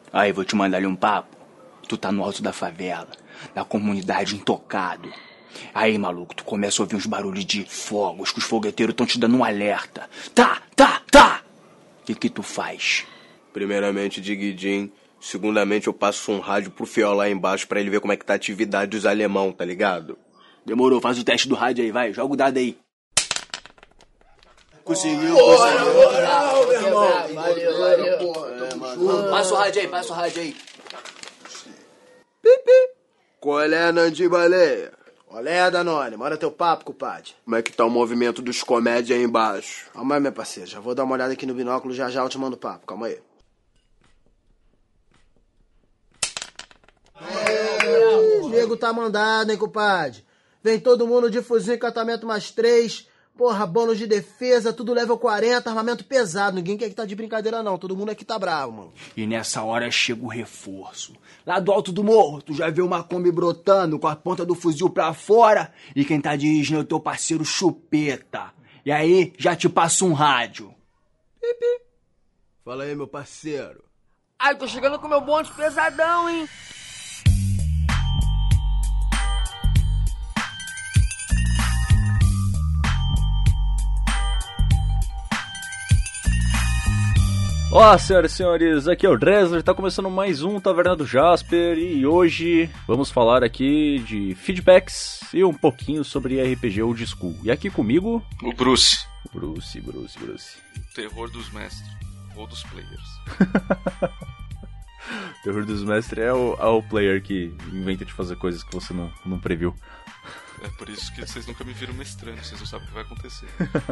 Aí, vou te mandar ali um papo. Tu tá no alto da favela, na comunidade intocado. Aí, maluco, tu começa a ouvir uns barulhos de fogos, que os fogueteiros estão te dando um alerta. Tá! O que tu faz? Primeiramente, Diguidin. Segundamente, eu passo um rádio pro fiel lá embaixo pra ele ver como é que tá a atividade dos alemão, tá ligado? Demorou, faz o teste do rádio aí, vai. Joga o dado aí. Conseguiu. Meu irmão. Valeu. Passa o rádio aí. Qual é, Nandim Baleia? Olé, Danone, manda teu papo, compadre. Como é que tá o movimento dos comédia aí embaixo? Calma aí, meu parceiro, já vou dar uma olhada aqui no binóculo, já eu te mando o papo, calma aí. O nego tá mandado, hein, compadre? Vem todo mundo de fuzil, encantamento mais 3, porra, bônus de defesa, tudo level 40, armamento pesado. Ninguém quer que tá de brincadeira, não. Todo mundo aqui tá bravo, mano. E nessa hora chega o reforço. Lá do alto do morro, tu já vê uma Kombi brotando com a ponta do fuzil pra fora. E quem tá dirigindo é o teu parceiro Chupeta. E aí, já te passa um rádio. Fala aí, meu parceiro. Ai, tô chegando com meu bônus pesadão, hein? Olá, senhoras e senhores, aqui é o Dresler, tá começando mais um Taverna do Jasper e hoje vamos falar aqui de feedbacks e um pouquinho sobre RPG Old School. E aqui comigo... O Bruce. Bruce. O terror dos mestres, ou dos players. O terror dos mestres é o player que inventa de fazer coisas que você não previu. É por isso que vocês nunca me viram mestrando, vocês não sabem o que vai acontecer.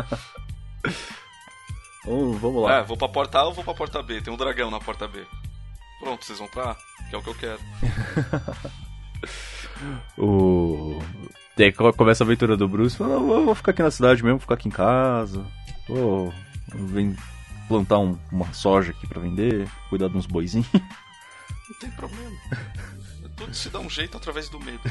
Vamos lá. Vou pra porta A ou vou pra porta B? Tem um dragão na porta B. Pronto, vocês vão pra A, que é o que eu quero. Daí começa a aventura do Bruce, fala, vou ficar aqui na cidade mesmo, vou ficar aqui em casa, vou plantar uma soja aqui pra vender, cuidar de uns boizinhos. Não tem problema. Tudo se dá um jeito através do medo.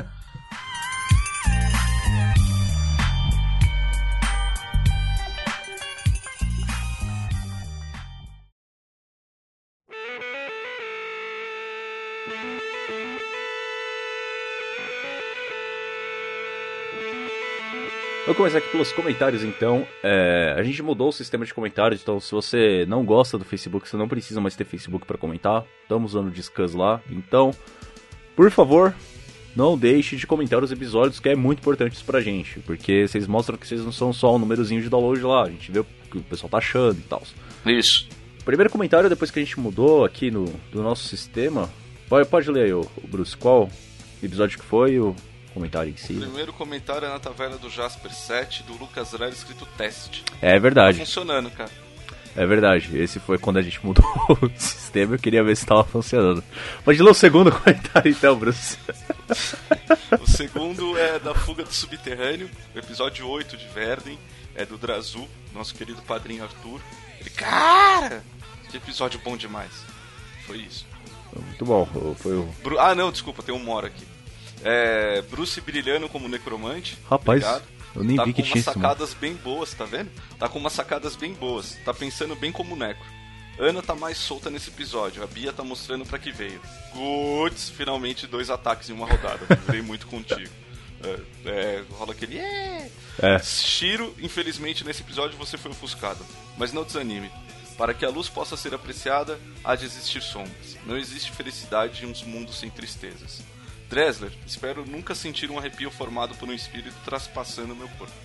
Vou começar aqui pelos comentários, então. A gente mudou o sistema de comentários, então se você não gosta do Facebook, você não precisa mais ter Facebook para comentar. Estamos usando o Discuss lá. Então, por favor, não deixe de comentar os episódios, que é muito importante isso pra gente. Porque vocês mostram que vocês não são só um númerozinho de download lá. A gente vê o que o pessoal tá achando e tal. Isso. Primeiro comentário, depois que a gente mudou aqui do nosso sistema. Pode ler aí, Bruce, qual episódio que foi o comentário em si? O primeiro comentário é na Taverna do Jasper 7, do Lucas Rera, escrito teste. É verdade. Tá funcionando, cara. É verdade, esse foi quando a gente mudou o sistema, eu queria ver se tava funcionando. Pode ler o segundo comentário então, Bruce. O segundo é da Fuga do Subterrâneo, o episódio 8 de Verden, é do Drazu, nosso querido padrinho Arthur. Ele, cara, que episódio bom demais. Foi isso. Muito bom, foi o... não, desculpa, tem um Mora aqui. Bruce brilhando como necromante. Rapaz, obrigado. Eu nem vi que tinha isso. Tá com umas sacadas bem boas, tá vendo? Tá com umas sacadas bem boas. Tá pensando bem como necro. Ana tá mais solta nesse episódio. A Bia tá mostrando pra que veio. Guts, finalmente 2 ataques em uma rodada. Virei muito contigo. Rola aquele... Shiro, infelizmente nesse episódio você foi ofuscado. Mas não desanime. Para que a luz possa ser apreciada, há de existir sombras. Não existe felicidade em um mundo sem tristezas. Dresler, espero nunca sentir um arrepio formado por um espírito transpassando meu corpo.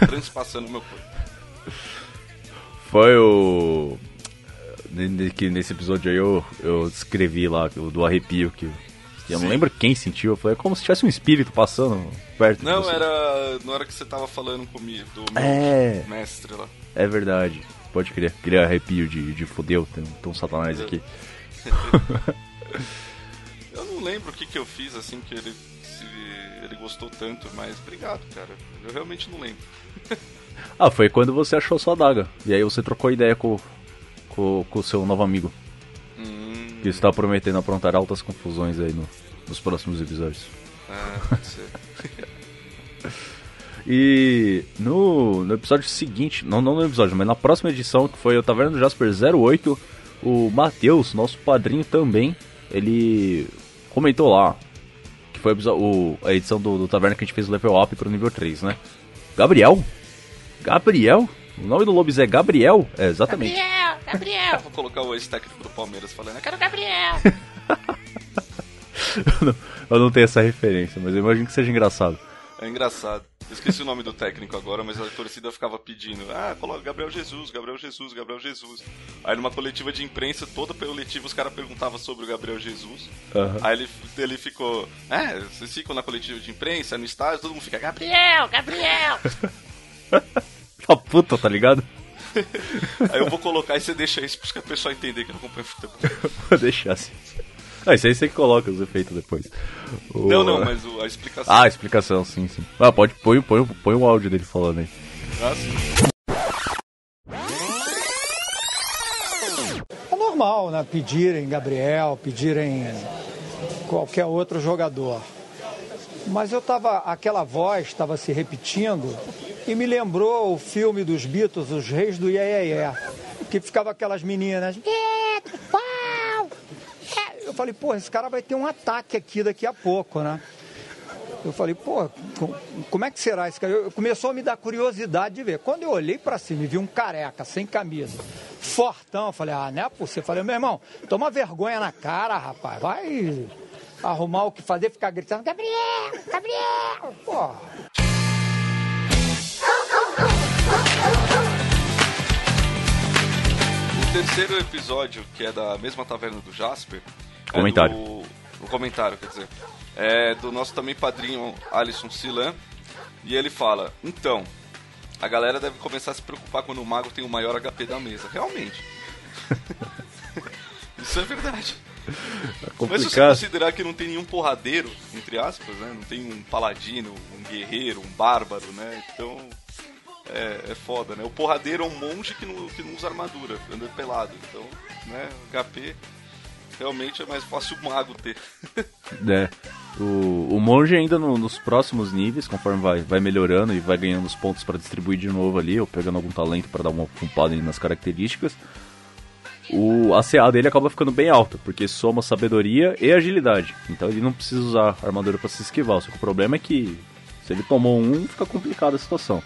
Foi o... que nesse episódio aí eu descrevi lá do arrepio que eu não lembro quem sentiu. Eu falei, é como se tivesse um espírito passando perto de você. Não era que você tava falando comigo, do meu mestre lá. É verdade, pode crer. Aquele arrepio de fodeu, tem um satanás aqui. Eu não lembro o que eu fiz assim que ele gostou tanto, mas obrigado, cara. Eu realmente não lembro. Foi quando você achou sua adaga. E aí você trocou ideia com o seu novo amigo. Que está prometendo aprontar altas confusões aí nos próximos episódios. Pode ser. E no episódio seguinte, não no episódio, mas na próxima edição, que foi o Taverna do Jasper 08, o Matheus, nosso padrinho também, ele comentou lá que foi a edição do Taverna que a gente fez o level up pro nível 3, né? Gabriel? O nome do Lobis é Gabriel? É, exatamente. Gabriel! Vou colocar o ex-técnico do Palmeiras falando, eu quero o Gabriel! eu não tenho essa referência, mas eu imagino que seja engraçado. É engraçado. Eu esqueci o nome do técnico agora, mas a torcida ficava pedindo, coloca Gabriel Jesus. Aí numa coletiva de imprensa, toda coletiva, os caras perguntavam sobre o Gabriel Jesus. Uhum. Aí ele ficou, vocês ficam na coletiva de imprensa, no estádio, todo mundo fica, Gabriel! Tá puta, tá ligado? Aí eu vou colocar e você deixa isso pra o pessoal entender que eu não acompanho futebol. Vou deixar assim. Isso aí você que coloca os efeitos depois. Não, mas a explicação. A explicação, sim. Pode põe o áudio dele falando aí. Sim. É normal, né? Pedirem Gabriel, pedirem qualquer outro jogador. Mas aquela voz estava se repetindo e me lembrou o filme dos Beatles, Os Reis do Iê, que ficava aquelas meninas. Eu falei, esse cara vai ter um ataque aqui daqui a pouco, né? Eu falei, como é que será esse cara? Começou a me dar curiosidade de ver. Quando eu olhei pra cima e vi um careca, sem camisa, fortão, eu falei, não é possível. Eu falei, meu irmão, toma vergonha na cara, rapaz, vai arrumar o que fazer, ficar gritando, Gabriel! Porra! O terceiro episódio, que é da mesma taverna do Jasper... Comentário. O comentário, quer dizer. É do nosso também padrinho Alisson Silan. E ele fala, então, a galera deve começar a se preocupar quando o mago tem o maior HP da mesa. Realmente. Isso é verdade. Mas se você considerar que não tem nenhum porradeiro, entre aspas, né? Não tem um paladino, um guerreiro, um bárbaro, né? Então... É foda, né? O porradeiro é um monge que não usa armadura, anda pelado. Então, né? HP realmente é mais fácil o mago ter. O monge ainda nos próximos níveis, conforme vai melhorando e vai ganhando os pontos para distribuir de novo ali, ou pegando algum talento para dar uma pumpada nas características, a CA dele acaba ficando bem alta, porque soma sabedoria e agilidade. Então ele não precisa usar armadura para se esquivar. Só que o problema é que se ele tomou fica complicada a situação.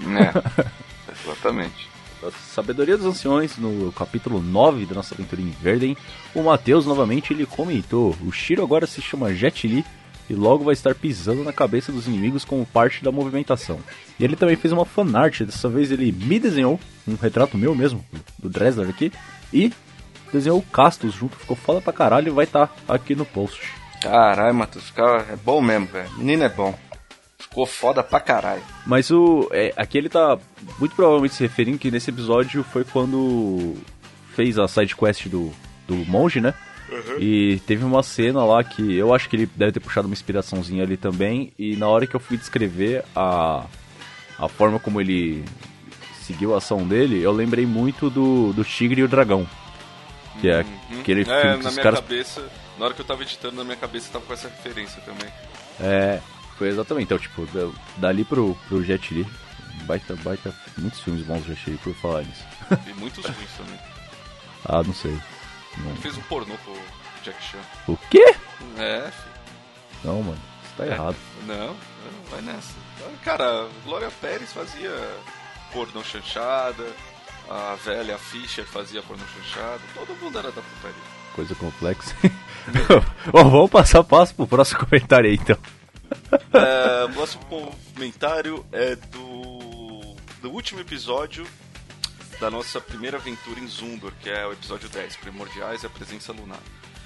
Exatamente. A Sabedoria dos Anciões, no capítulo 9 da nossa aventura em Verden, o Matheus novamente ele comentou: o Shiro agora se chama Jet Li e logo vai estar pisando na cabeça dos inimigos como parte da movimentação. E ele também fez uma fanart, dessa vez ele me desenhou, um retrato meu mesmo, do Dresler aqui, e desenhou o Castos junto, ficou foda pra caralho e vai estar aqui no post. Caralho, Matheus, cara é bom mesmo, velho. Menino é bom. Ficou foda pra caralho. Mas aqui ele tá muito provavelmente se referindo que nesse episódio foi quando fez a sidequest do monge, né? Uhum. E teve uma cena lá que eu acho que ele deve ter puxado uma inspiraçãozinha ali também. E na hora que eu fui descrever a forma como ele seguiu a ação dele, eu lembrei muito do Tigre e o Dragão. Que é aquele filme que na os minha caras... cabeça, na hora que eu tava editando, na minha cabeça tava com essa referência também. Foi exatamente. Então, tipo, dali pro Jet Li, baita, muitos filmes bons do Jet Li por falar nisso. E muitos ruins também. Não sei. Não. Ele fez um pornô com o Jack Chan. O quê? Filho. Não, mano, isso tá errado. Não, vai nessa. Cara, Glória Pérez fazia pornô chanchada, a velha a Fischer fazia pornô chanchada, todo mundo era da putaria. Coisa complexa. Vamos passar passo pro próximo comentário aí, então. O próximo comentário é do último episódio da nossa primeira aventura em Zundor, que é o episódio 10, Primordiais e a Presença Lunar.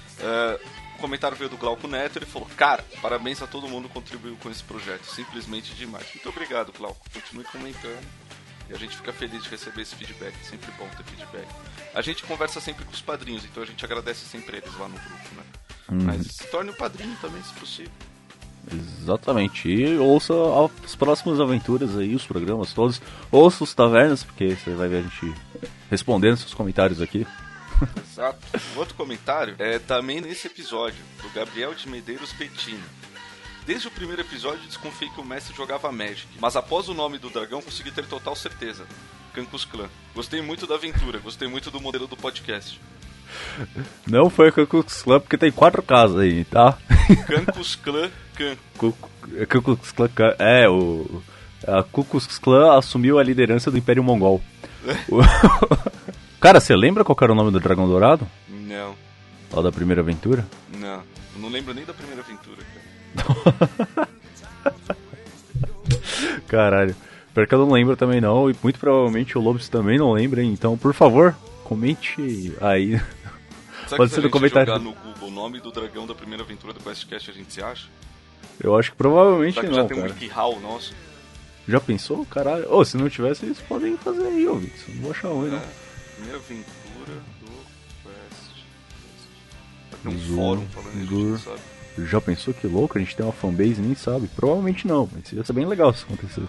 O comentário veio do Glauco Neto, ele falou: cara, parabéns a todo mundo que contribuiu com esse projeto, simplesmente demais. Muito obrigado, Glauco, continue comentando e a gente fica feliz de receber esse feedback, é sempre bom ter feedback. A gente conversa sempre com os padrinhos, então a gente agradece sempre eles lá no grupo, né? Mas se torne um padrinho também, se possível. Exatamente, e ouça as próximas aventuras aí, os programas todos, ouça os tavernas, porque você vai ver a gente respondendo seus comentários aqui. Exato. O outro comentário é também nesse episódio, do Gabriel de Medeiros Pettino. Desde o primeiro episódio desconfiei que o mestre jogava Magic, mas após o nome do dragão consegui ter total certeza. Cancus Clan. Gostei muito da aventura, gostei muito do modelo do podcast. Não foi o Ku Klux Klan porque tem 4 casas aí, tá? Cancus Clã Can. Ku Klux Klan, a Ku Klux Klan assumiu a liderança do Império Mongol. Cara, você lembra qual era o nome do Dragão Dourado? Não. Lá da primeira aventura? Não. Eu não lembro nem da primeira aventura, cara. Caralho. Pior que eu não lembro também não, e muito provavelmente o Lobos também não lembra, hein? Então, por favor, comente aí. Será Pode que ser se no a gente comentário. jogar no Google o nome do dragão da primeira aventura do QuestCast, a gente se acha? Eu acho que provavelmente Será que não, já tem um cara. WikiHow nosso? Já pensou? Caralho. Ô, se não tivesse, eles podem fazer aí, ô, Victor. Não vou achar ruim, não. Primeira aventura do Quest. Vai ter um fórum falando isso, não sabe? Já pensou que louco? A gente tem uma fanbase e nem sabe. Provavelmente não, mas ia ser bem legal se acontecesse.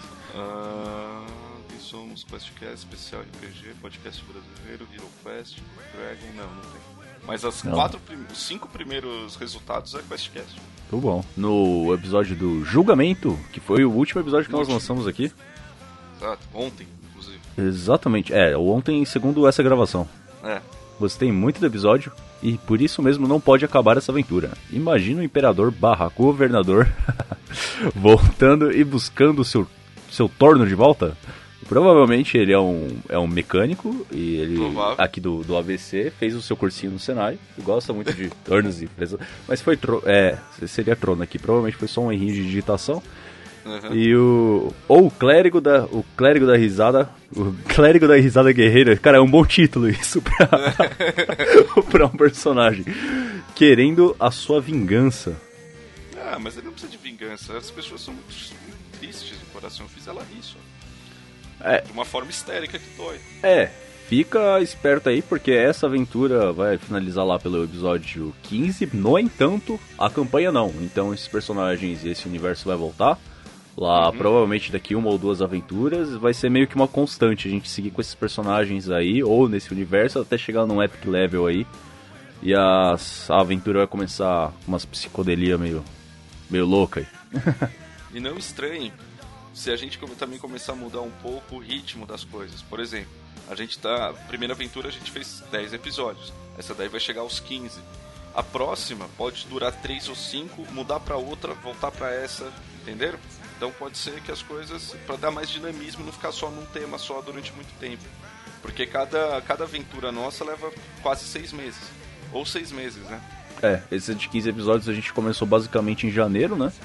Quem somos? QuestCast, especial RPG, podcast brasileiro, Hero Quest, Dragon, não tem. Mas os 5 primeiros resultados é QuestCast. Tudo bom. No episódio do Julgamento, que foi o último episódio que nós lançamos aqui. Exato, ontem, inclusive. Exatamente, ontem, segundo essa gravação. Gostei muito do episódio e por isso mesmo não pode acabar essa aventura. Imagina o imperador / governador voltando e buscando o seu torno de volta. Provavelmente ele é um mecânico e ele aqui do ABC fez o seu cursinho no Senai e gosta muito de tornos e empresas. Mas foi seria trono aqui, provavelmente foi só um errinho de digitação. Uhum. E o clérigo da risada, o clérigo da risada guerreira, cara, é um bom título isso pra um personagem querendo a sua vingança. Mas ele não precisa de vingança, as pessoas são muito tristes no coração, eu fiz ela rir só. De uma forma histérica que dói. Fica esperto aí, porque essa aventura vai finalizar lá pelo episódio 15. No entanto, a campanha não. Então esses personagens e esse universo vai voltar. Lá, provavelmente daqui 1 ou 2 aventuras, vai ser meio que uma constante a gente seguir com esses personagens aí, ou nesse universo, até chegar num epic level aí. E a aventura vai começar com umas psicodelia meio louca aí. E não estranhe se a gente também começar a mudar um pouco o ritmo das coisas. Por exemplo, a primeira aventura a gente fez 10 episódios. Essa daí vai chegar aos 15. A próxima pode durar 3 ou 5, mudar pra outra, voltar pra essa, entenderam? Então pode ser que as coisas, pra dar mais dinamismo e não ficar só num tema só durante muito tempo. Porque cada aventura nossa leva quase 6 meses. Ou 6 meses, né? Esse de 15 episódios a gente começou basicamente em janeiro, né?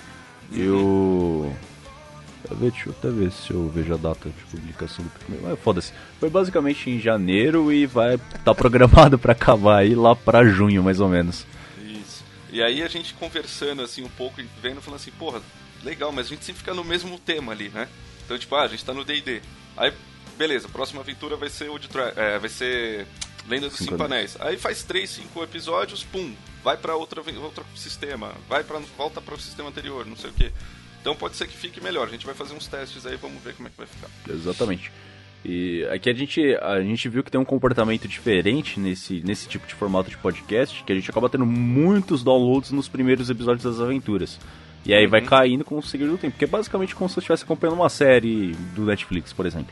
Deixa eu até ver se eu vejo a data de publicação do primeiro. Mas foda-se. Foi basicamente em janeiro e vai estar programado pra acabar aí lá pra junho, mais ou menos. Isso. E aí a gente conversando assim um pouco e vendo, falando assim, porra, legal, mas a gente sempre fica no mesmo tema ali, né? Então, tipo, a gente tá no D&D. Aí, beleza, a próxima aventura vai ser vai ser Lenda dos 5 Anéis. Aí faz 3, 5 episódios, pum, vai pra outro sistema, volta pro sistema anterior, não sei o que. Então pode ser que fique melhor. A gente vai fazer uns testes aí, vamos ver como é que vai ficar. Exatamente. E aqui a gente viu que tem um comportamento diferente nesse tipo de formato de podcast, que a gente acaba tendo muitos downloads nos primeiros episódios das aventuras. E aí vai caindo com o seguir do tempo, porque é basicamente como se você estivesse acompanhando uma série do Netflix, por exemplo.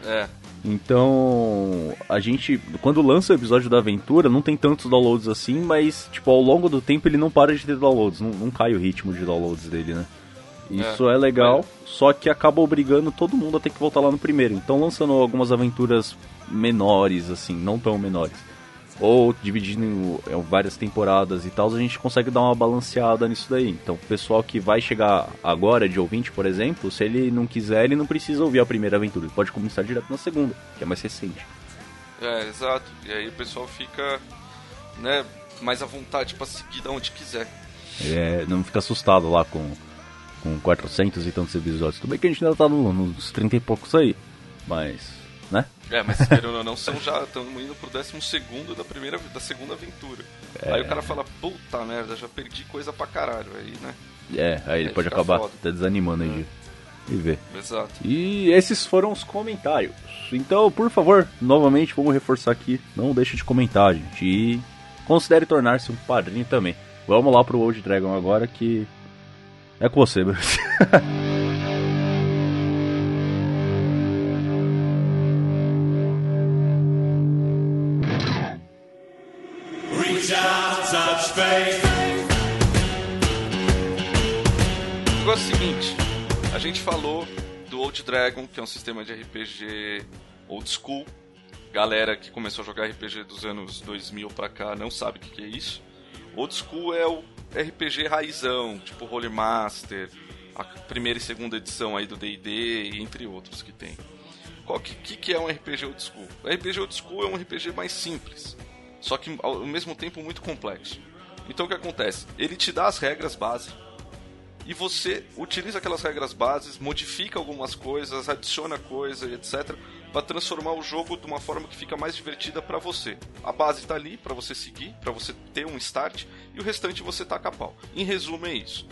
Então, a gente, quando lança o episódio da aventura, não tem tantos downloads assim, mas tipo, ao longo do tempo ele não para de ter downloads, não cai o ritmo de downloads dele, né? Isso é legal, só que acaba obrigando todo mundo a ter que voltar lá no primeiro. Então, lançando algumas aventuras menores, assim, não tão menores, ou dividindo em várias temporadas e tal, a gente consegue dar uma balanceada nisso daí. Então, o pessoal que vai chegar agora de ouvinte, por exemplo, se ele não quiser, ele não precisa ouvir a primeira aventura, ele pode começar direto na segunda, que é mais recente. Exato. E aí o pessoal fica, né, mais à vontade pra seguir de onde quiser. Não fica assustado lá com 400 e tantos episódios. Tudo bem que a gente ainda tá nos 30 e poucos aí, mas, né? Mas esperando ou não, estamos indo pro 12º da segunda aventura. Aí o cara fala, puta merda, já perdi coisa pra caralho aí, né? Aí ele pode acabar até desanimando aí de ver. Exato. E esses foram os comentários. Então, por favor, novamente, vamos reforçar aqui, não deixe de comentar, gente, e considere tornar-se um padrinho também. Vamos lá pro Old Dragon agora, que é com você, Bruce. O negócio é o seguinte, a gente falou do Old Dragon, que é um sistema de RPG old school. Galera que começou a jogar RPG dos anos 2000 pra cá não sabe o que é isso. Old school é o RPG raizão, tipo Holy Master, a primeira e segunda edição aí do D&D, entre outros que tem. O que é um RPG old school? O RPG old school é um RPG mais simples, só que ao mesmo tempo muito complexo. Então o que acontece? Ele te dá as regras base e você utiliza aquelas regras bases, modifica algumas coisas, adiciona coisa e etc, para transformar o jogo de uma forma que fica mais divertida para você. A base está ali para você seguir, para você ter um start, e o restante você taca a pau. Em resumo é isso.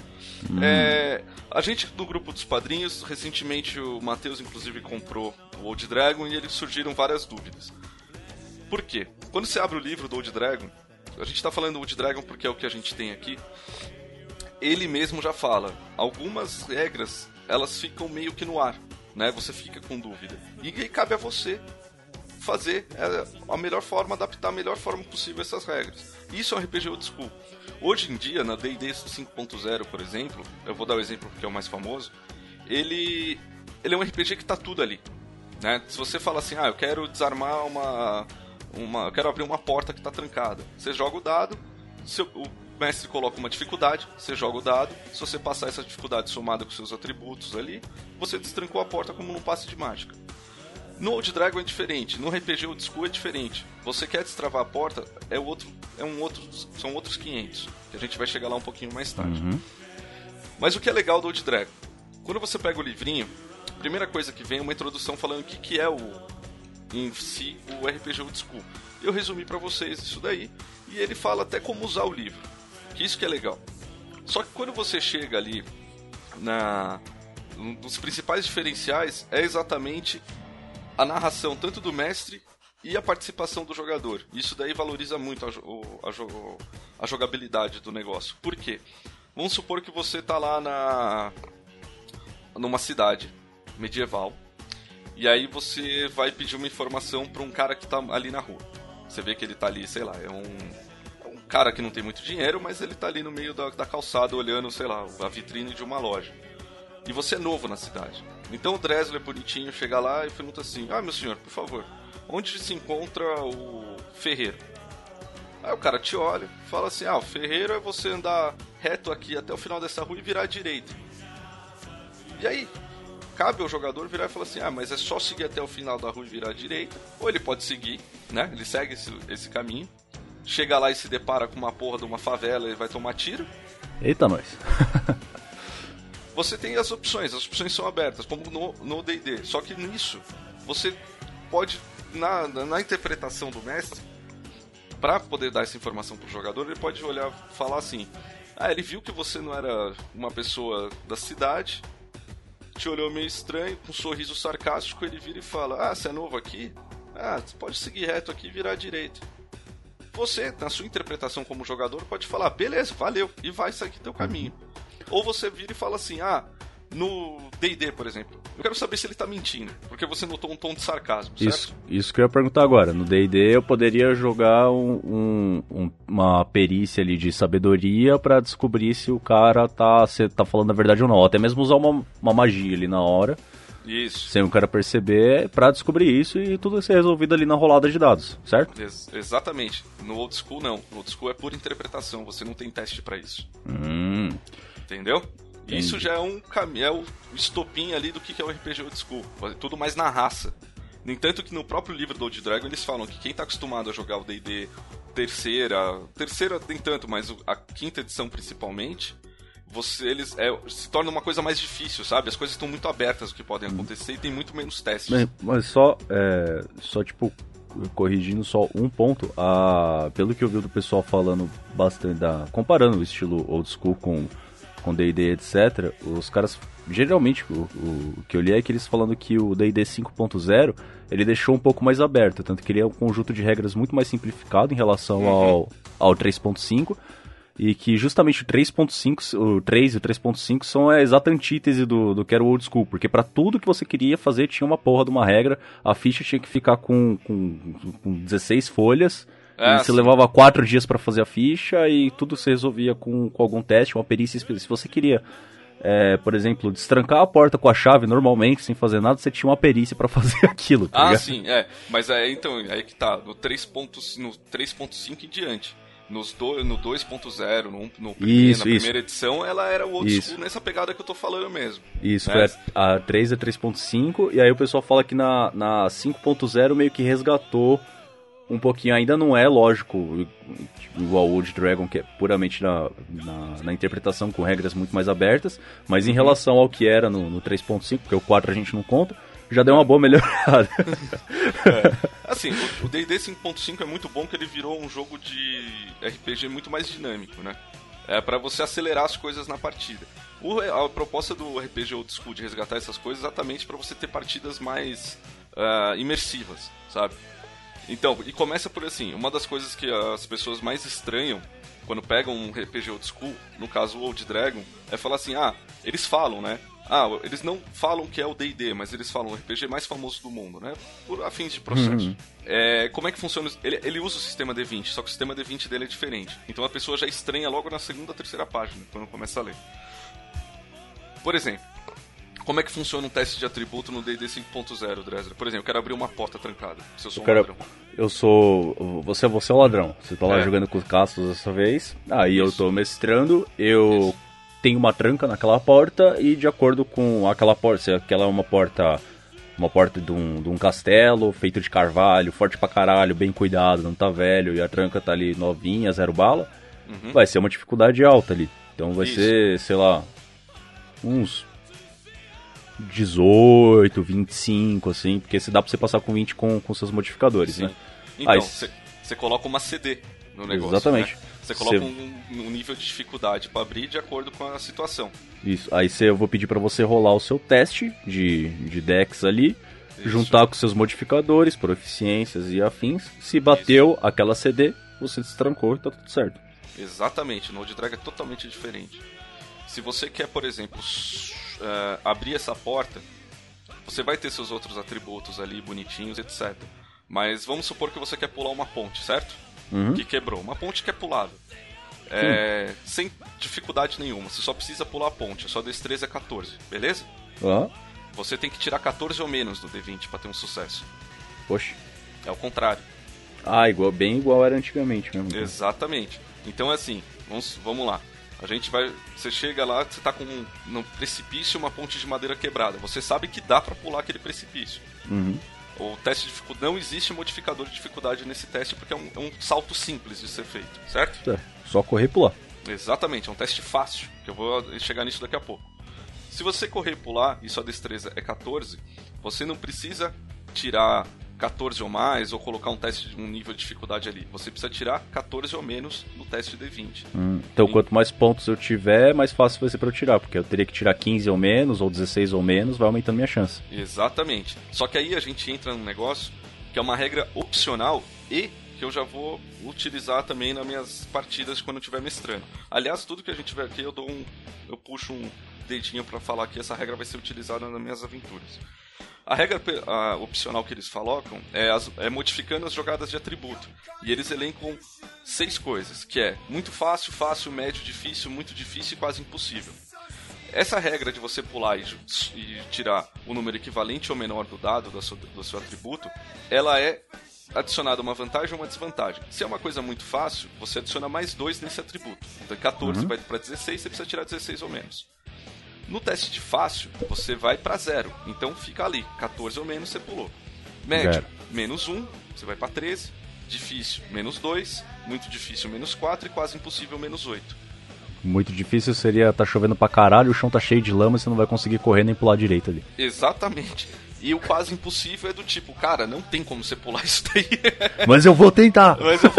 A gente do grupo dos padrinhos, recentemente o Matheus inclusive comprou o Old Dragon e eles surgiram várias dúvidas. Por quê? Quando você abre o livro do Old Dragon, a gente está falando do Old Dragon porque é o que a gente tem aqui, ele mesmo já fala, algumas regras elas ficam meio que no ar, né? Você fica com dúvida. E aí cabe a você fazer a melhor forma, adaptar a melhor forma possível essas regras. Isso é um RPG old school. Hoje em dia, na D&D 5.0, por exemplo, eu vou dar o exemplo porque é o mais famoso, ele é um RPG que tá tudo ali, né? Se você fala assim, eu quero desarmar eu quero abrir uma porta que tá trancada, você joga o dado, o mestre coloca uma dificuldade, você joga o dado, se você passar essa dificuldade somada com seus atributos ali, você destrancou a porta como num passe de mágica. No Old Dragon é diferente, no RPG Old School é diferente. Você quer destravar a porta, são outros 500, que a gente vai chegar lá um pouquinho mais tarde. Mas o que é legal do Old Dragon? Quando você pega o livrinho, a primeira coisa que vem é uma introdução falando o que é em si o RPG Old School. Eu resumi pra vocês isso daí, e ele fala até como usar o livro, que isso que é legal. Só que quando você chega ali nos principais diferenciais, é exatamente a narração tanto do mestre e a participação do jogador. Isso daí valoriza muito a jogabilidade do negócio. Por quê? Vamos supor que você tá lá numa cidade medieval, e aí você vai pedir uma informação para um cara que tá ali na rua. Você vê que ele tá ali, sei lá, é um cara que não tem muito dinheiro, mas ele tá ali no meio da calçada olhando, sei lá, a vitrine de uma loja. E você é novo na cidade. Então o Dressler bonitinho chega lá e pergunta assim: meu senhor, por favor, onde se encontra o ferreiro? Aí o cara te olha e fala assim: o ferreiro é você andar reto aqui até o final dessa rua e virar à direita. E aí, cabe ao jogador virar e falar assim: mas é só seguir até o final da rua e virar à direita. Ou ele pode seguir, né? Ele segue esse caminho, chega lá e se depara com uma porra de uma favela e vai tomar tiro. Eita, nós. Você tem as opções são abertas, como no D&D. Só que nisso, você pode, na interpretação do mestre, para poder dar essa informação pro jogador, ele pode olhar e falar assim: ele viu que você não era uma pessoa da cidade, te olhou meio estranho, com um sorriso sarcástico, ele vira e fala: você é novo aqui? Você pode seguir reto aqui e virar à direita. Você, na sua interpretação como jogador, pode falar: beleza, valeu, e vai seguir teu caminho. Ou você vira e fala assim: no D&D, por exemplo, eu quero saber se ele tá mentindo, porque você notou um tom de sarcasmo, certo? Isso que eu ia perguntar agora. No D&D eu poderia jogar uma perícia ali de sabedoria pra descobrir se o cara tá falando a verdade ou não. Ou até mesmo usar uma magia ali na hora. Isso. Sem o cara perceber, pra descobrir isso e tudo ser resolvido ali na rolada de dados, certo? Exatamente. No Old School não. No Old School é pura interpretação, você não tem teste pra isso. Entendeu? Entendi. Isso já é o estopim ali do que é o RPG Old School. Tudo mais na raça. No entanto que no próprio livro do Old Dragon eles falam que quem tá acostumado a jogar o D&D terceira nem tanto, mas a quinta edição principalmente, se torna uma coisa mais difícil, sabe? As coisas estão muito abertas o que podem acontecer e tem muito menos testes. Mas só tipo, corrigindo só um ponto, pelo que eu vi do pessoal falando bastante, comparando o estilo Old School com D&D, etc., os caras, geralmente, o que eu li é que eles falando que o D&D 5.0, ele deixou um pouco mais aberto, tanto que ele é um conjunto de regras muito mais simplificado em relação ao 3.5, e que justamente o 3.5, o 3 e o 3.5 são a exata antítese do que era o Old School, porque para tudo que você queria fazer tinha uma porra de uma regra, a ficha tinha que ficar com 16 folhas, Você levava 4 dias pra fazer a ficha e tudo se resolvia com algum teste, uma perícia específica. Se você queria, por exemplo, destrancar a porta com a chave normalmente, sem fazer nada, você tinha uma perícia pra fazer aquilo, tá ligado? Sim, mas então, aí que tá, no 3.5 em diante. No 2.0, na primeira edição, ela era o old school nessa pegada que eu tô falando mesmo. Isso, né? A 3 é 3.5, e aí o pessoal fala que na 5.0 meio que resgatou um pouquinho, ainda não é lógico, igual o Old Dragon, que é puramente na interpretação com regras muito mais abertas, mas em relação ao que era no 3.5, porque o 4 a gente não conta, já deu uma boa melhorada. Assim, o D&D 5.5 é muito bom que ele virou um jogo de RPG muito mais dinâmico, né? Pra você acelerar as coisas na partida. A proposta do RPG Old School de resgatar essas coisas é exatamente pra você ter partidas mais imersivas, sabe? Então, e começa por assim, uma das coisas que as pessoas mais estranham quando pegam um RPG Old School, no caso o Old Dragon, é falar assim, eles falam, né? Eles não falam que é o D&D, mas eles falam o RPG mais famoso do mundo, né? Por fins de processo. Como é que funciona? Ele usa o sistema D20, só que o sistema D20 dele é diferente. Então a pessoa já estranha logo na segunda, terceira página, quando começa a ler. Por exemplo, como é que funciona um teste de atributo no D&D 5.0, Dresler? Por exemplo, eu quero abrir uma porta trancada, se eu sou um ladrão. Você é o ladrão. Você tá lá jogando com os castos dessa vez. Aí eu tô mestrando, tenho uma tranca naquela porta e de acordo com aquela porta, se aquela é uma porta de um castelo feito de carvalho, forte pra caralho, bem cuidado, não tá velho, e a tranca tá ali novinha, 0 bala, vai ser uma dificuldade alta ali. Então vai ser, sei lá, uns 18, 25, assim, porque se dá pra você passar com 20 com seus modificadores, né? Então, você coloca uma CD no negócio. Exatamente. Né? Você coloca um nível de dificuldade pra abrir de acordo com a situação. Isso. Aí eu vou pedir pra você rolar o seu teste de Dex ali, juntar com seus modificadores, proficiências e afins. Se bateu aquela CD, você destrancou e tá tudo certo. Exatamente. No Old Dragon é totalmente diferente. Se você quer, por exemplo, abrir essa porta, você vai ter seus outros atributos ali, bonitinhos, etc. Mas vamos supor que você quer pular uma ponte, certo? Que quebrou. Uma ponte que é pulada. Sem dificuldade nenhuma. Você só precisa pular a ponte. A sua destreza é 14, beleza? Você tem que tirar 14 ou menos do D20 pra ter um sucesso. Poxa. É o contrário. Bem igual era antigamente mesmo. Exatamente. Então é assim, vamos lá. Você chega lá, você tá com num precipício, uma ponte de madeira quebrada. Você sabe que dá pra pular aquele precipício. O teste de dificuldade, não existe modificador de dificuldade nesse teste porque é um salto simples de ser feito, certo? Só correr e pular. Exatamente, é um teste fácil, que eu vou chegar nisso daqui a pouco. Se você correr e pular e sua destreza é 14, você não precisa tirar 14 ou mais ou colocar um nível de dificuldade ali. Você precisa tirar 14 ou menos no teste D20. Então quanto mais pontos eu tiver, mais fácil vai ser pra eu tirar, porque eu teria que tirar 15 ou menos, ou 16 ou menos, vai aumentando minha chance. Exatamente. Só que aí a gente entra num negócio que é uma regra opcional e que eu já vou utilizar também nas minhas partidas quando eu estiver mestrando. Aliás, tudo que a gente tiver aqui eu puxo um dedinho pra falar que essa regra vai ser utilizada nas minhas aventuras. A regra opcional que eles colocam é modificando as jogadas de atributo. E eles elencam 6 coisas, que é muito fácil, fácil, médio, difícil, muito difícil e quase impossível. Essa regra de você pular e tirar o número equivalente ou menor do dado do seu atributo, ela é adicionada uma vantagem ou uma desvantagem. Se é uma coisa muito fácil, você adiciona mais 2 nesse atributo. Então 14 vai para 16, você precisa tirar 16 ou menos. No teste de fácil, você vai para 0. Então fica ali, 14 ou menos você pulou. Médio, menos 1, você vai para 13. Difícil, menos 2. Muito difícil, menos 4. E quase impossível, menos 8. Muito difícil seria tá chovendo pra caralho, o chão tá cheio de lama e você não vai conseguir correr nem pular direito ali. Exatamente. E o quase impossível é do tipo, cara, não tem como você pular isso daí. Mas eu vou tentar.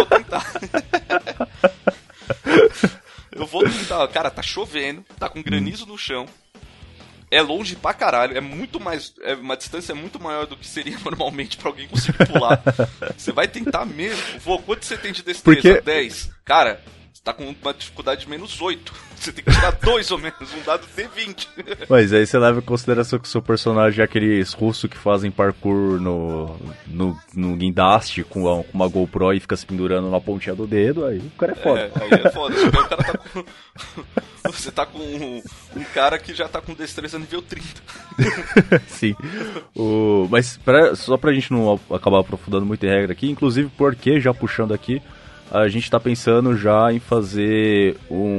Eu vou tentar. Cara, tá chovendo, tá com granizo no chão. É longe pra caralho, é uma distância muito maior do que seria normalmente pra alguém conseguir pular. Você vai tentar mesmo. Quanto você tem de destreza? 10. Cara, tá com uma dificuldade de -8. Você tem que tirar 2 ou menos, um dado D20. Mas aí você leva em consideração que o seu personagem é aqueles russos que fazem parkour no guindaste com uma GoPro e fica se pendurando na pontinha do dedo, aí o cara é foda. Aí é foda. Só que aí o cara tá com... Você tá com um cara que já tá com destreza nível 30. Sim. Mas só pra gente não acabar aprofundando muito em regra aqui, inclusive porque, já puxando aqui, a gente tá pensando já em fazer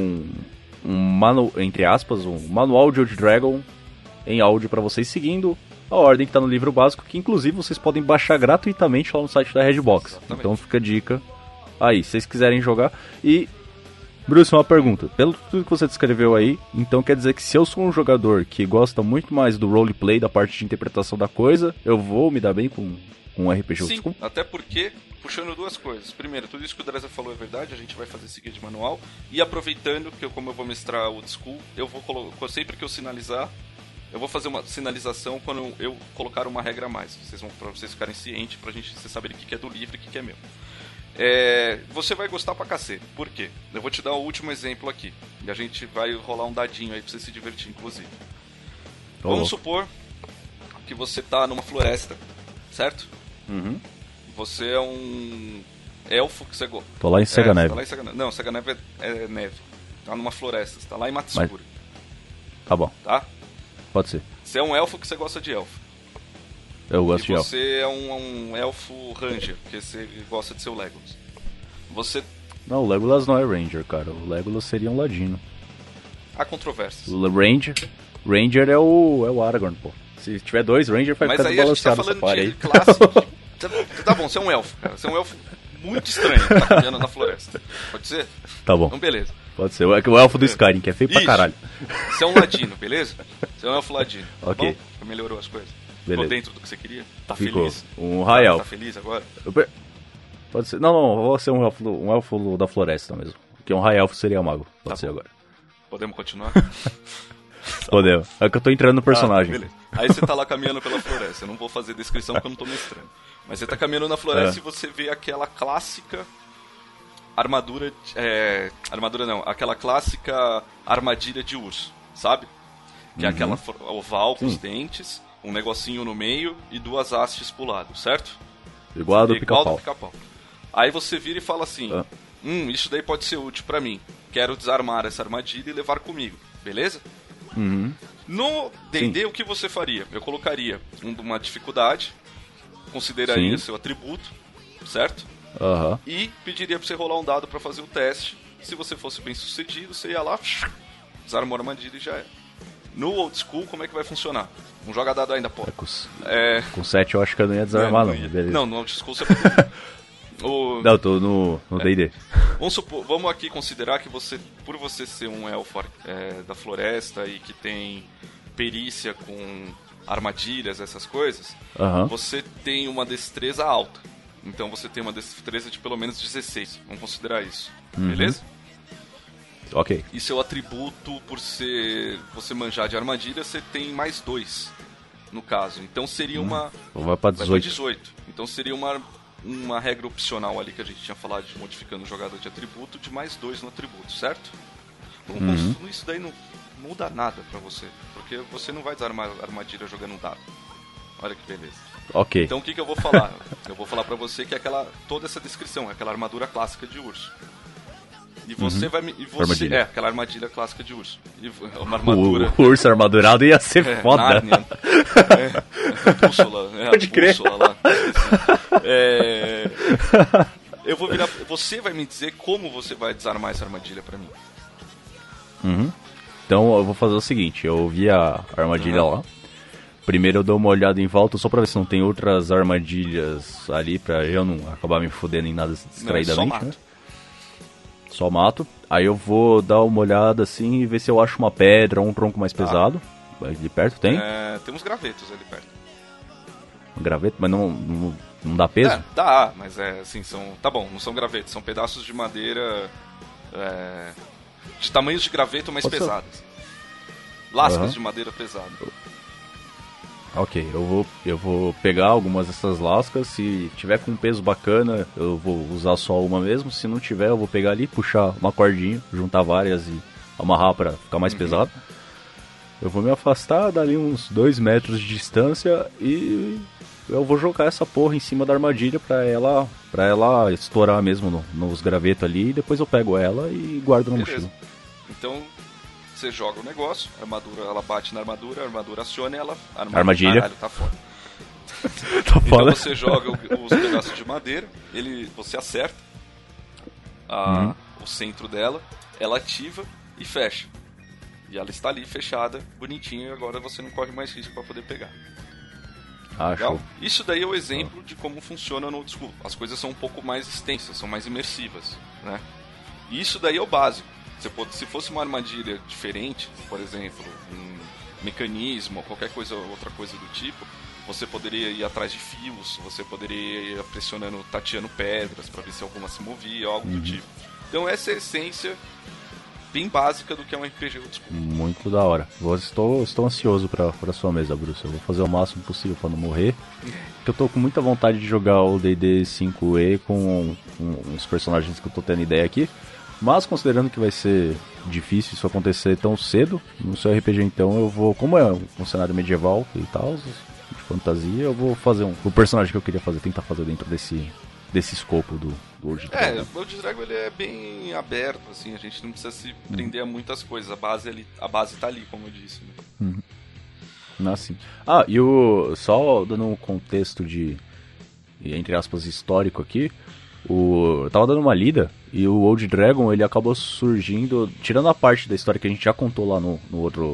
entre aspas, um manual de Old Dragon em áudio pra vocês, seguindo a ordem que tá no livro básico, que inclusive vocês podem baixar gratuitamente lá no site da Redbox. Exatamente. Então fica a dica aí, se vocês quiserem jogar. E, Bruce, uma pergunta. Pelo tudo que você descreveu aí, então quer dizer que se eu sou um jogador que gosta muito mais do roleplay, da parte de interpretação da coisa, eu vou me dar bem com um RPG old school? Sim, até porque, puxando duas coisas. Primeiro, tudo isso que o Dreza falou é verdade, a gente vai fazer esse guia de manual. E aproveitando que como eu vou mestrar old school, eu vou colocar, sempre que eu sinalizar, eu vou fazer uma sinalização quando eu colocar uma regra a mais. Pra vocês ficarem cientes, pra gente vocês saberem o que é do livro e o que é meu. Você vai gostar pra cacete. Por quê? Eu vou te dar o último exemplo aqui. E a gente vai rolar um dadinho aí pra você se divertir, inclusive. Vamos supor que você tá numa floresta, certo? Uhum. Você é um elfo que você gosta. Tô lá em Sega Neve. Tá lá em Sega Neve. Não, Sega Neve é neve. Tá numa floresta, você tá lá em Mata Escura. Tá bom. Tá? Pode ser. Você é um elfo que você gosta de elfo. Eu gosto de elfo. Você é um elfo ranger, porque você gosta de ser o Legolas. Não, o Legolas não é ranger, cara. O Legolas seria um ladino. Há controvérsias. O Ranger é o Aragorn, pô. Se tiver 2 Ranger, vai ficar desbalanceado essa party aí. Tá bom, você é um elfo, cara. Você é um elfo muito estranho que tá caminhando na floresta. Pode ser? Tá bom. Então, beleza. Pode ser. O elfo do Skyrim, que é feio pra caralho. Você é um ladino, beleza? Você é um elfo ladino. Tá ok. Bom? Melhorou as coisas. Beleza. Ficou dentro do que você queria? Tá Ficou. feliz? Um high elf. Tá feliz agora? Pode ser. Não, vou ser um elfo da floresta mesmo. Porque um high elf seria mago. Pode ser agora. Podemos continuar? Podemos. É que eu tô entrando no personagem. Beleza. Aí você tá lá caminhando pela floresta. Eu não vou fazer descrição porque eu não tô mestrando. Mas você tá caminhando na floresta e você vê aquela clássica armadura... armadura não. Aquela clássica armadilha de urso, sabe? Que é aquela oval com os dentes, um negocinho no meio e 2 hastes pro lado, certo? Igual a do pica-pau. Aí você vira e fala assim... isso daí pode ser útil pra mim. Quero desarmar essa armadilha e levar comigo. Beleza? Uhum. No D&D, o que você faria? Eu colocaria uma dificuldade, consideraria seu atributo, certo? Uhum. E pediria pra você rolar um dado pra fazer o teste. Se você fosse bem sucedido, você ia lá, desarmou a armadilha e já era. No old school, como é que vai funcionar? Não joga dado ainda, pô. Com 7 eu acho que eu não ia desarmar, não. Beleza. Não, no old school você... Não, eu tô no D&D. Vamos aqui considerar que por você ser um elfo da floresta e que tem perícia com armadilhas, essas coisas, você tem uma destreza alta. Então você tem uma destreza de pelo menos 16. Vamos considerar isso. Beleza? Ok. E seu atributo, por você manjar de armadilha, você tem mais 2, no caso. Então seria uma... Vai pra 18. Vai pra 18. Então seria uma regra opcional ali que a gente tinha falado de modificando o jogador de atributo, de mais 2 no atributo, certo? Isso daí não muda nada pra você, porque você não vai desarmar a armadilha jogando um dado. Olha que beleza. Ok. Então o que eu vou falar? Eu vou falar pra você que é toda essa descrição, aquela armadura clássica de urso. E você vai me... Armadilha. Aquela armadilha clássica de urso. Uma armadura... O urso armadurado ia ser foda. Nárnia. A bússola. Pode crer. Bússola lá. Eu vou virar... Você vai me dizer como você vai desarmar essa armadilha pra mim. Então eu vou fazer o seguinte. Eu vi a armadilha lá. Primeiro eu dou uma olhada em volta só pra ver se não tem outras armadilhas ali, pra eu não acabar me fodendo em nada distraidamente, né? Só mato. Aí eu vou dar uma olhada assim e ver se eu acho uma pedra ou um tronco mais pesado. Ali perto tem? Tem uns gravetos ali perto. Um graveto? Mas não dá peso? Dá, mas assim, tá bom, não são gravetos, são pedaços de madeira de tamanhos de graveto mais pesadas. Lascas de madeira pesada. Ok, eu vou pegar algumas dessas lascas, se tiver com um peso bacana, eu vou usar só uma mesmo, se não tiver, eu vou pegar ali, puxar uma cordinha, juntar várias e amarrar pra ficar mais pesado. Eu vou me afastar dali uns 2 metros de distância e eu vou jogar essa porra em cima da armadilha pra ela estourar mesmo nos gravetos ali, e depois eu pego ela e guardo na mochila. Então... Você joga o negócio, a armadura, ela bate na armadura, a armadura aciona e ela... Armadilha. Caralho, tá foda. Tá foda. Então você joga os pedaços de madeira, você acerta o centro dela, ela ativa e fecha. E ela está ali fechada, bonitinha, e agora você não corre mais risco para poder pegar. Acho. Isso daí é o exemplo de como funciona no Old School. As coisas são um pouco mais extensas, são mais imersivas, né? E isso daí é o básico. Se fosse uma armadilha diferente, por exemplo, um mecanismo ou qualquer coisa, outra coisa do tipo, você poderia ir atrás de fios, você poderia ir pressionando, tateando pedras para ver se alguma se movia, algo do tipo. Então essa é a essência bem básica do que é um RPG old school. Muito da hora. Estou ansioso para sua mesa, Bruce. Eu vou fazer o máximo possível para não morrer. Porque eu tô com muita vontade de jogar o D&D 5e com uns personagens que eu tô tendo ideia aqui. Mas considerando que vai ser difícil isso acontecer tão cedo, no seu RPG então eu vou, como é um cenário medieval e tal, de fantasia, eu vou fazer o personagem que eu queria fazer, tentar fazer dentro desse escopo do Old Dragon. O Old Dragon ele é bem aberto, assim, a gente não precisa se prender a muitas coisas, a base tá ali, como eu disse. Né? Assim. E só dando um contexto de, entre aspas, histórico aqui, eu tava dando uma lida e o Old Dragon ele acabou surgindo, tirando a parte da história que a gente já contou lá no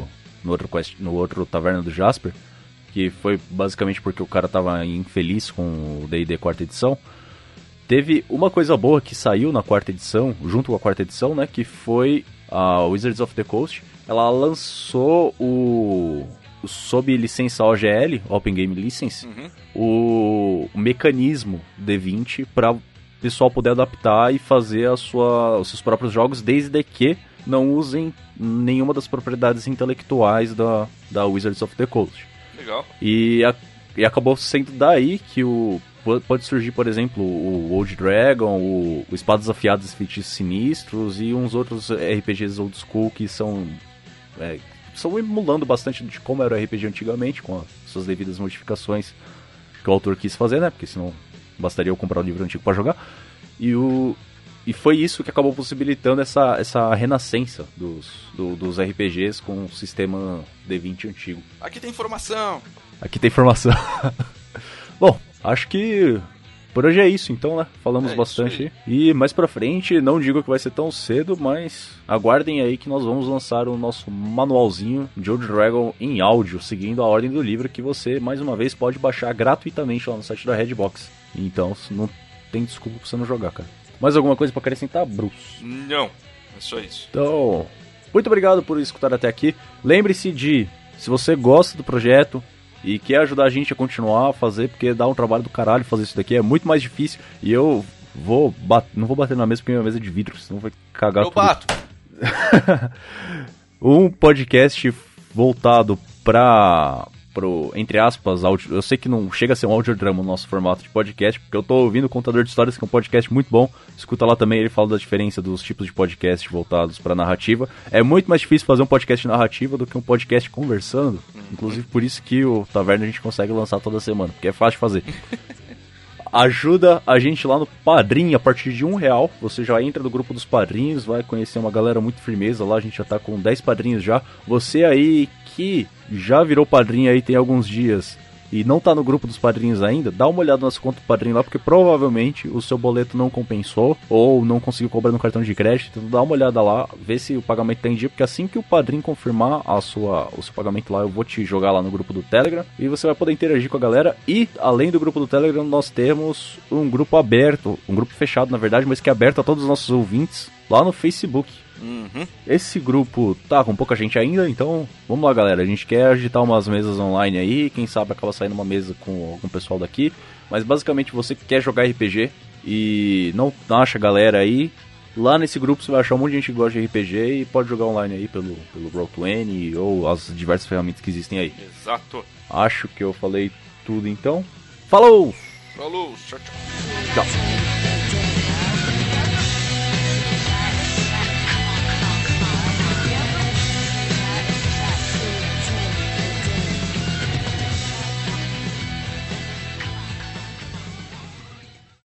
outro Taverna do Jasper, que foi basicamente porque o cara tava infeliz com o D&D 4ª edição. Teve uma coisa boa que saiu na 4ª edição, junto com a 4ª edição, né, que foi a Wizards of the Coast. Ela lançou sob licença OGL, Open Game License, o mecanismo D20 para o pessoal poder adaptar e fazer os seus próprios jogos, desde que não usem nenhuma das propriedades intelectuais da Wizards of the Coast. Legal. E acabou sendo daí que pode surgir, por exemplo, o Old Dragon, o Espadas Afiadas e Feitiços Sinistros e uns outros RPGs old school que são emulando bastante de como era o RPG antigamente, com as suas devidas modificações que o autor quis fazer, né? Porque senão bastaria eu comprar um livro antigo para jogar. E foi isso que acabou possibilitando essa renascença dos RPGs com o sistema D20 antigo. Aqui tem informação! Bom, acho que por hoje é isso então, né? Falamos bastante. E mais pra frente, não digo que vai ser tão cedo, mas aguardem aí que nós vamos lançar o nosso manualzinho de Old Dragon em áudio, seguindo a ordem do livro, que você, mais uma vez, pode baixar gratuitamente lá no site da Redbox. Então, não tem desculpa pra você não jogar, cara. Mais alguma coisa pra acrescentar, Bruce? Não, é só isso. Então, muito obrigado por escutar até aqui. Lembre-se se você gosta do projeto e quer ajudar a gente a continuar a fazer, porque dá um trabalho do caralho fazer isso daqui, é muito mais difícil. E eu não vou bater na mesa porque minha mesa é de vidro, senão vai cagar tudo. Eu bato! Um podcast voltado pro, entre aspas, áudio. Eu sei que não chega a ser um audiodrama no nosso formato de podcast, porque eu tô ouvindo o Contador de Histórias, que é um podcast muito bom. Escuta lá também, ele fala da diferença dos tipos de podcast voltados pra narrativa. É muito mais difícil fazer um podcast narrativa do que um podcast conversando. Inclusive por isso que o Taverna a gente consegue lançar toda semana, porque é fácil de fazer. Ajuda a gente lá no Padrim, a partir de R$1. Você já entra no grupo dos padrinhos, vai conhecer uma galera muito firmeza lá. A gente já tá com 10 padrinhos já. Você aí que já virou padrinho aí tem alguns dias e não tá no grupo dos padrinhos ainda, dá uma olhada na nossa conta do padrinho lá, porque provavelmente o seu boleto não compensou ou não conseguiu cobrar no cartão de crédito. Então dá uma olhada lá, vê se o pagamento tá em dia, porque assim que o padrinho confirmar o seu pagamento lá, eu vou te jogar lá no grupo do Telegram e você vai poder interagir com a galera. E além do grupo do Telegram, nós temos um grupo aberto, um grupo fechado na verdade, mas que é aberto a todos os nossos ouvintes lá no Facebook. Esse grupo tá com pouca gente ainda, então vamos lá, galera. A gente quer agitar umas mesas online aí, quem sabe acaba saindo uma mesa com algum pessoal daqui. Mas basicamente você que quer jogar RPG e não acha galera aí, Lá nesse grupo você vai achar um monte de gente que gosta de RPG e pode jogar online aí pelo Roll20 ou as diversas ferramentas que existem aí. Exato. Acho que eu falei tudo então. Falou! Falou, tchau, tchau. Tchau.